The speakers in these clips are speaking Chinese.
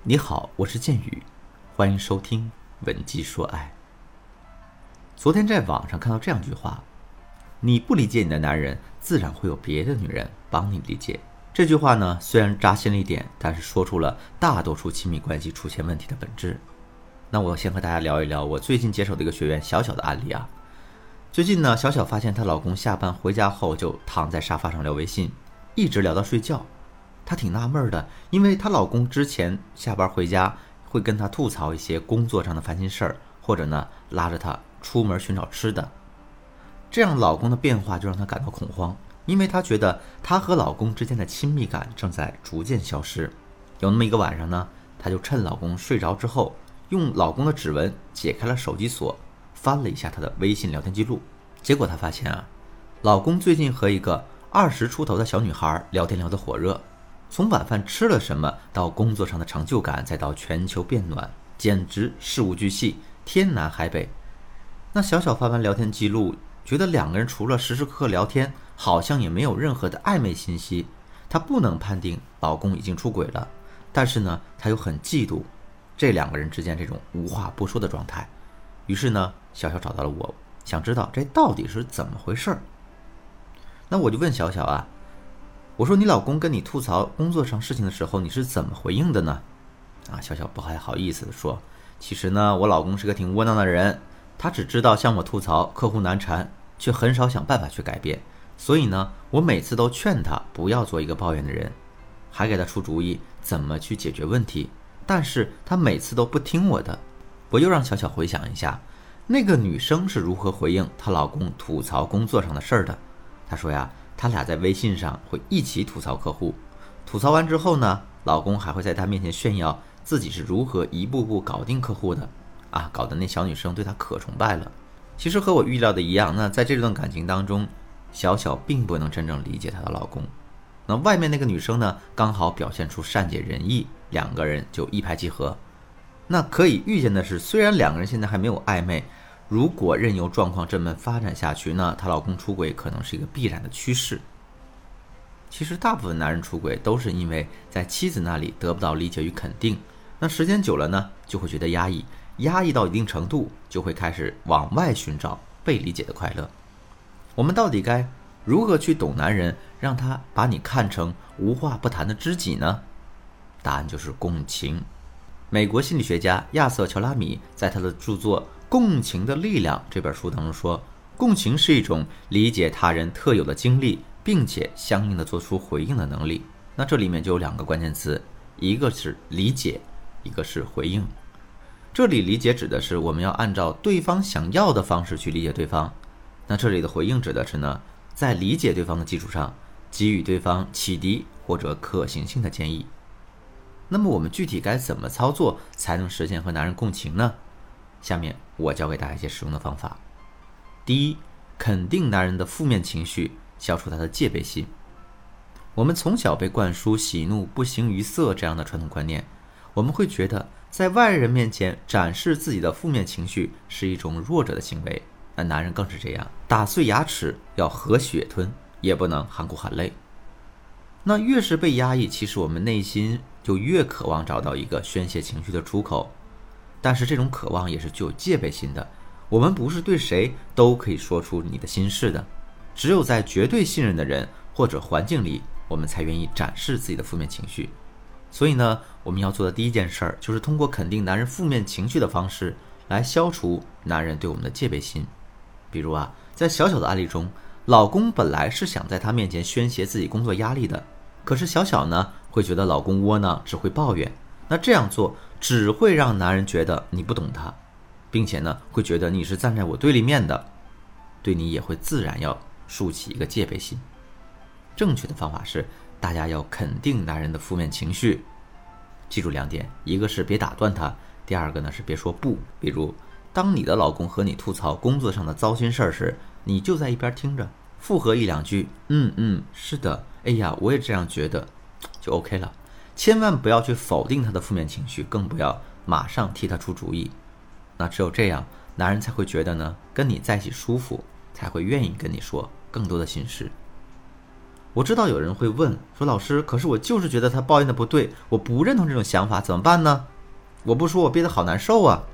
你好，我是剑宇，欢迎收听文姬说爱。昨天在网上看到这样一句话：你不理解你的男人，自然会有别的女人帮你理解。这句话呢，虽然扎心了一点，但是说出了大多数亲密关系出现问题的本质。那我先和大家聊一聊我最近接手的一个学员小小的案例啊。最近呢，小小发现她老公下班回家后就躺在沙发上聊微信，一直聊到睡觉。她挺纳闷的，因为她老公之前下班回家会跟她吐槽一些工作上的烦心事儿，或者呢拉着她出门寻找吃的。这样老公的变化就让她感到恐慌，因为她觉得她和老公之间的亲密感正在逐渐消失。有那么一个晚上呢，她就趁老公睡着之后，用老公的指纹解开了手机锁，翻了一下他的微信聊天记录。结果她发现啊，老公最近和一个20出头的小女孩聊天聊得火热，从晚饭吃了什么到工作上的成就感，再到全球变暖，简直事无巨细，天南海北。那小小翻完聊天记录，觉得两个人除了时时刻刻聊天，好像也没有任何的暧昧信息。她不能判定老公已经出轨了，但是呢，她又很嫉妒这两个人之间这种无话不说的状态。于是呢，小小找到了我，想知道这到底是怎么回事儿。那我就问小小啊，我说你老公跟你吐槽工作上事情的时候，你是怎么回应的呢？小小不太好意思的说，其实呢，我老公是个挺窝囊的人，他只知道向我吐槽客户难缠，却很少想办法去改变。所以呢，我每次都劝他不要做一个抱怨的人，还给他出主意怎么去解决问题，但是他每次都不听我的。我又让小小回想一下，那个女生是如何回应她老公吐槽工作上的事儿的。她说呀，他俩在微信上会一起吐槽客户，吐槽完之后呢，老公还会在她面前炫耀自己是如何一步步搞定客户的搞得那小女生对他可崇拜了。其实和我预料的一样，那在这段感情当中，小小并不能真正理解她的老公。那外面那个女生呢，刚好表现出善解人意，两个人就一拍即合。那可以预见的是，虽然两个人现在还没有暧昧，如果任由状况这么发展下去呢，她老公出轨可能是一个必然的趋势。其实大部分男人出轨都是因为在妻子那里得不到理解与肯定，那时间久了呢，就会觉得压抑，压抑到一定程度，就会开始往外寻找被理解的快乐。我们到底该如何去懂男人，让他把你看成无话不谈的知己呢？答案就是共情。美国心理学家亚瑟·乔拉米在他的著作《共情的力量》这本书当中说，共情是一种理解他人特有的经历，并且相应的做出回应的能力。那这里面就有两个关键词，一个是理解，一个是回应。这里理解指的是我们要按照对方想要的方式去理解对方，那这里的回应指的是呢，在理解对方的基础上，给予对方启迪或者可行性的建议。那么我们具体该怎么操作才能实现和男人共情呢？下面我教给大家一些实用的方法。第一，肯定男人的负面情绪，消除他的戒备心。我们从小被灌输喜怒不形于色这样的传统观念，我们会觉得在外人面前展示自己的负面情绪是一种弱者的行为，那男人更是这样，打碎牙齿要和血吞，也不能含苦含泪。那越是被压抑，其实我们内心就越渴望找到一个宣泄情绪的出口，但是这种渴望也是具有戒备心的。我们不是对谁都可以说出你的心事的，只有在绝对信任的人或者环境里，我们才愿意展示自己的负面情绪。所以呢，我们要做的第一件事儿，就是通过肯定男人负面情绪的方式来消除男人对我们的戒备心。比如在小小的案例中，老公本来是想在她面前宣泄自己工作压力的，可是小小呢，会觉得老公窝囊，只会抱怨。那这样做只会让男人觉得你不懂他，并且呢，会觉得你是站在我对立面的，对你也会自然要竖起一个戒备心。正确的方法是，大家要肯定男人的负面情绪。记住两点，一个是别打断他，第二个呢是别说不。比如，当你的老公和你吐槽工作上的糟心事儿时，你就在一边听着，附和一两句，是的，哎呀，我也这样觉得，就 OK 了。千万不要去否定他的负面情绪，更不要马上替他出主意。那只有这样，男人才会觉得呢，跟你在一起舒服，才会愿意跟你说更多的心事。 我知道有人会问说，老师，可是我就是觉得他抱怨的不对，我不认同这种想法，怎么办呢？我不说我憋得好难受啊。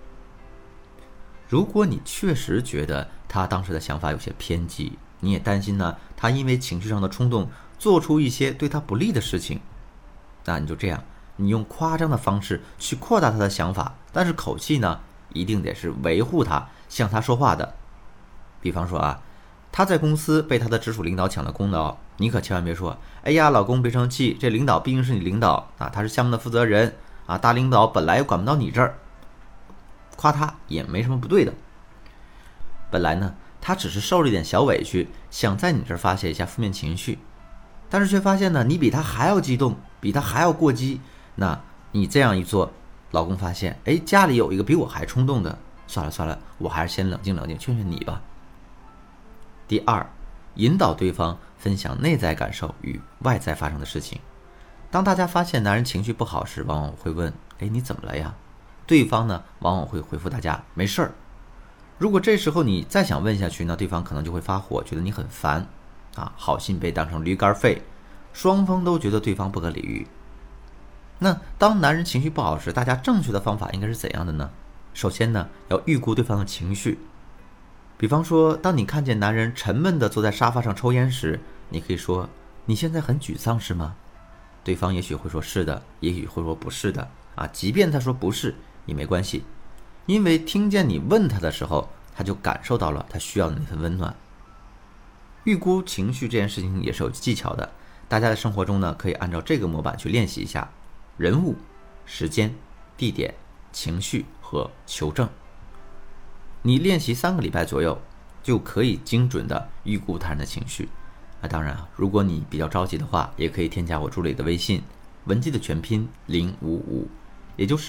如果你确实觉得他当时的想法有些偏激，你也担心呢他因为情绪上的冲动做出一些对他不利的事情，那你就这样，你用夸张的方式去扩大他的想法，但是口气呢一定得是维护他，向他说话的。比方说啊，他在公司被他的直属领导抢了功劳，你可千万别说，哎呀，老公别生气，这领导毕竟是你领导啊，他是项目的负责人啊，大领导本来也管不到你这儿。夸他也没什么不对的。本来呢，他只是受了一点小委屈，想在你这儿发泄一下负面情绪，但是却发现呢，你比他还要激动，比他还要过激。那你这样一做，老公发现，哎，家里有一个比我还冲动的，算了，我还是先冷静冷静，劝劝你吧。第二，引导对方分享内在感受与外在发生的事情。当大家发现男人情绪不好时，往往会问，哎，你怎么了呀？对方呢，往往会回复大家没事儿。如果这时候你再想问下去，那对方可能就会发火，觉得你很烦啊，好心被当成驴肝肺，双方都觉得对方不可理喻。那当男人情绪不好时，大家正确的方法应该是怎样的呢？首先呢，要预估对方的情绪。比方说，当你看见男人沉闷地坐在沙发上抽烟时，你可以说，你现在很沮丧是吗？对方也许会说是的，也许会说不是的啊，即便他说不是也没关系，因为听见你问他的时候，他就感受到了他需要的那份温暖。预估情绪这件事情也是有技巧的，大家在生活中呢，可以按照这个模板去练习一下：人物、时间、地点、情绪和求证。你练习3个礼拜左右，就可以精准的预估他人的情绪。当然，如果你比较着急的话，也可以添加我助理的微信，文姬的全拼055，也就是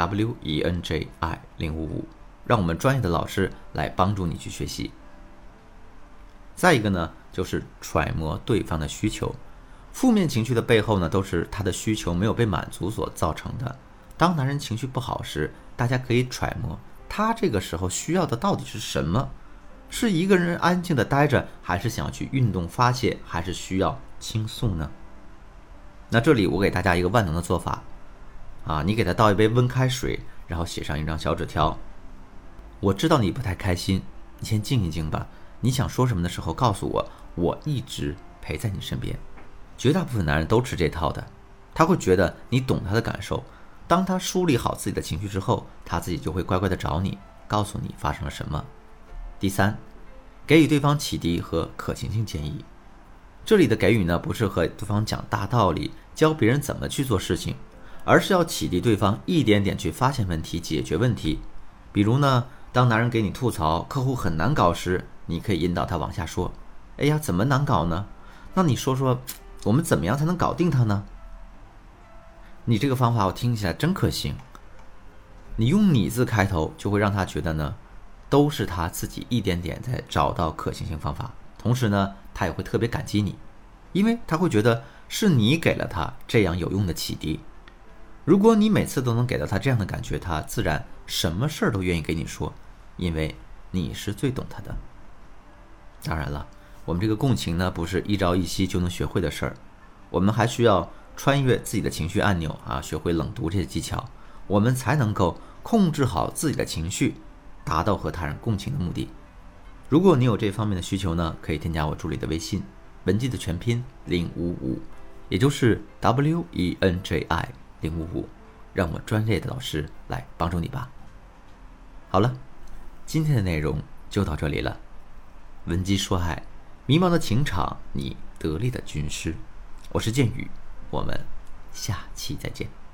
WENJI 055，让我们专业的老师来帮助你去学习。再一个呢，就是揣摩对方的需求。负面情绪的背后呢，都是他的需求没有被满足所造成的。当男人情绪不好时，大家可以揣摩他这个时候需要的到底是什么？是一个人安静的待着，还是想要去运动发泄，还是需要倾诉呢？那这里我给大家一个万能的做法啊，你给他倒一杯温开水，然后写上一张小纸条。我知道你不太开心，你先静一静吧。你想说什么的时候告诉我，我一直陪在你身边。绝大部分男人都吃这套的，他会觉得你懂他的感受。当他梳理好自己的情绪之后，他自己就会乖乖的找你，告诉你发生了什么。第三，给予对方启迪和可行性建议。这里的给予呢，不是和对方讲大道理，教别人怎么去做事情，而是要启迪对方一点点去发现问题，解决问题。比如呢，当男人给你吐槽客户很难搞时，你可以引导他往下说，哎呀，怎么难搞呢？那你说说，我们怎么样才能搞定他呢？你这个方法我听起来真可行。你用你字开头，就会让他觉得呢，都是他自己一点点在找到可行性方法，同时呢，他也会特别感激你，因为他会觉得是你给了他这样有用的启迪。如果你每次都能给到他这样的感觉，他自然什么事儿都愿意给你说，因为你是最懂他的。当然了，我们这个共情呢，不是一朝一夕就能学会的事儿，我们还需要穿越自己的情绪按钮啊，学会冷读这些技巧，我们才能够控制好自己的情绪，达到和他人共情的目的。如果你有这方面的需求呢，可以添加我助理的微信，文姬的全拼055，也就是 WENJI 055，让我专业的老师来帮助你吧。好了，今天的内容就到这里了。文姬说爱，迷茫的情场，你得力的军师。我是剑宇，我们下期再见。